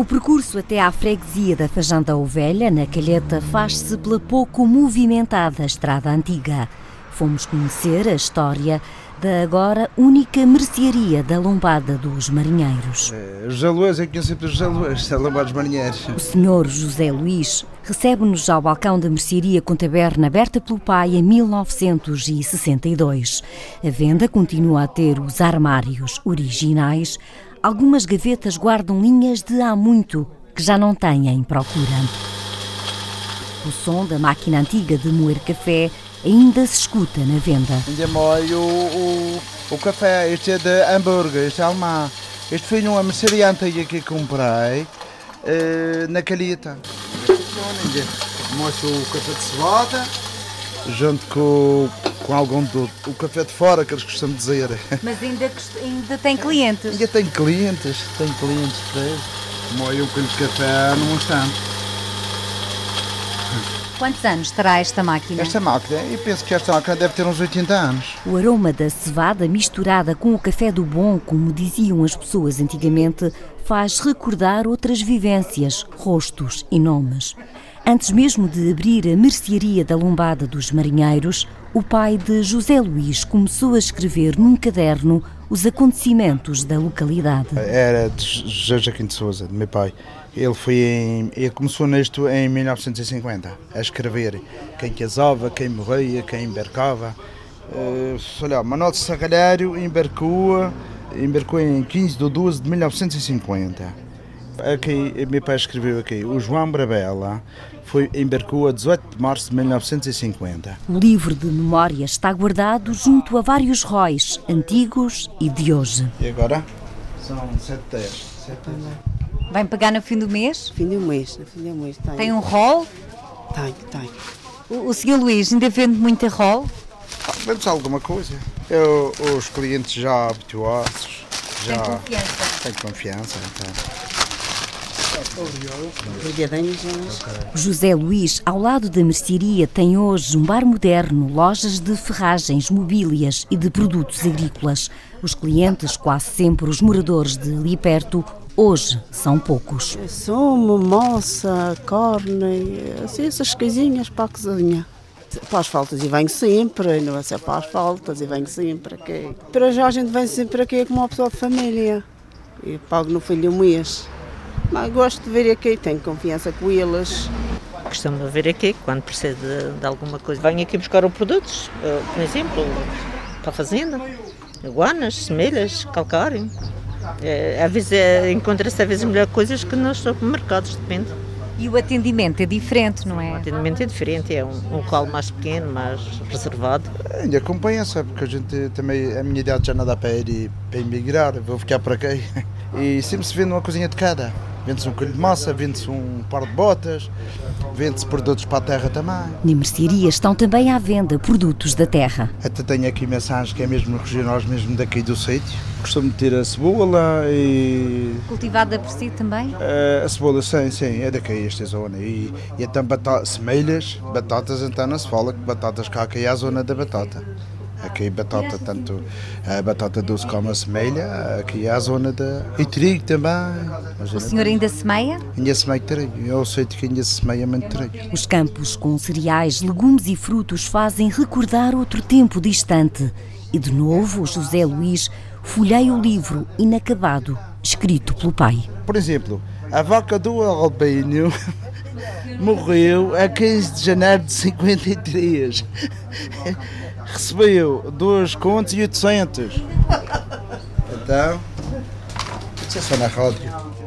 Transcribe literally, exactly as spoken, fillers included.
O percurso até à freguesia da Fajã da Ovelha, na Calheta, faz-se pela pouco movimentada estrada antiga. Fomos conhecer a história da agora única mercearia da Lombada dos Marinheiros. É, José Luís, é que eu sempre José Luís, da Lombada dos Marinheiros. O senhor José Luís recebe-nos ao balcão da mercearia com taberna aberta pelo pai em mil novecentos e sessenta e dois. A venda continua a ter os armários originais. Algumas gavetas guardam linhas de há muito que já não têm procura. O som da máquina antiga de moer café ainda se escuta na venda. Ainda moio o, o, o café, este é de hambúrguer, este é alemão. Este foi numa mercearia antiga que comprei uh, na Calheta. Mostro o café de cevada, junto com, com algum do o café de fora, que eles costumam dizer. Mas ainda, ainda tem clientes? Ainda tem clientes, tem clientes para eles. Moio um quilo de café num instante. Quantos anos terá esta máquina? Esta máquina, eu penso que esta máquina deve ter uns oitenta anos. O aroma da cevada misturada com o café do bom, como diziam as pessoas antigamente, faz recordar outras vivências, rostos e nomes. Antes mesmo de abrir a mercearia da Lombada dos Marinheiros, o pai de José Luís começou a escrever num caderno os acontecimentos da localidade. Era de José Joaquim de Sousa, de meu pai. Ele, foi em, ele começou nisto em mil novecentos e cinquenta, a escrever quem casava, quem morria, quem embarcava. Uh, olha, Manuel de Sagalhário embarcou, embarcou em quinze de doze de mil novecentos e cinquenta. Aqui, meu pai escreveu aqui, o João Brabella foi, embarcou a dezoito de março de mil novecentos e cinquenta. O livro de memória está guardado junto a vários róis, antigos e de hoje. E agora? São sete dez. Vai-me pagar no fim do mês? Fim do mês, no fim do mês. Tenho. Tem um rol? Tenho, tenho. O, o senhor Luís ainda vende muita rol? Ah, vende-se alguma coisa. Eu, os clientes já habituados. Já tem confiança? Tem confiança, então. José Luís, ao lado da mercearia, tem hoje um bar moderno, lojas de ferragens, mobílias e de produtos agrícolas. Os clientes, quase sempre os moradores de ali perto, hoje são poucos. Sumo, moça, carne, assim, essas coisinhas para a cozinha. Para as faltas e venho sempre, não é só para as faltas e venho sempre aqui. Para já a gente vem sempre aqui como uma pessoa de família e pago no fim do mês. Mas gosto de vir aqui, tenho confiança com eles. Costumo vir aqui quando preciso de, de alguma coisa. Venho aqui buscar os produtos, por exemplo, para a fazenda, iguanas, semelhas, calcário. É, às vezes é, encontra-se às vezes melhor coisas que nos supermercados, depende. E o atendimento é diferente, não é? O atendimento é diferente, é um, um local mais pequeno, mais reservado. Ainda compensa, porque a gente também, a minha idade já não dá para ir para emigrar, vou ficar por aqui. E sempre se vende uma coisinha de cada. Vende-se um quilo de massa, vende-se um par de botas, vende-se produtos para a terra também. Na mercearia estão também à venda produtos da terra. Até tenho aqui mensagens que é mesmo regionais, mesmo daqui do sítio. Costumo ter a cebola e... Cultivada por si também? Uh, a cebola, sim, sim, é daqui, esta zona. E, e então batata, semelhas, batatas, então não se fala que batatas cá aqui é a zona da batata. Aqui batata, tanto a batata doce como a semelha, aqui é a zona da... E trigo também. O senhor ainda semeia? Ainda semeio trigo, eu sei que ainda se semeia muito trigo. Os campos com cereais, legumes e frutos fazem recordar outro tempo distante. E de novo, José Luís folheia o livro inacabado, escrito pelo pai. Por exemplo, a vaca do Albino morreu a quinze de janeiro de cinquenta e três. Recebeu dois contos e oitocentos. Então, isso é só na rádio.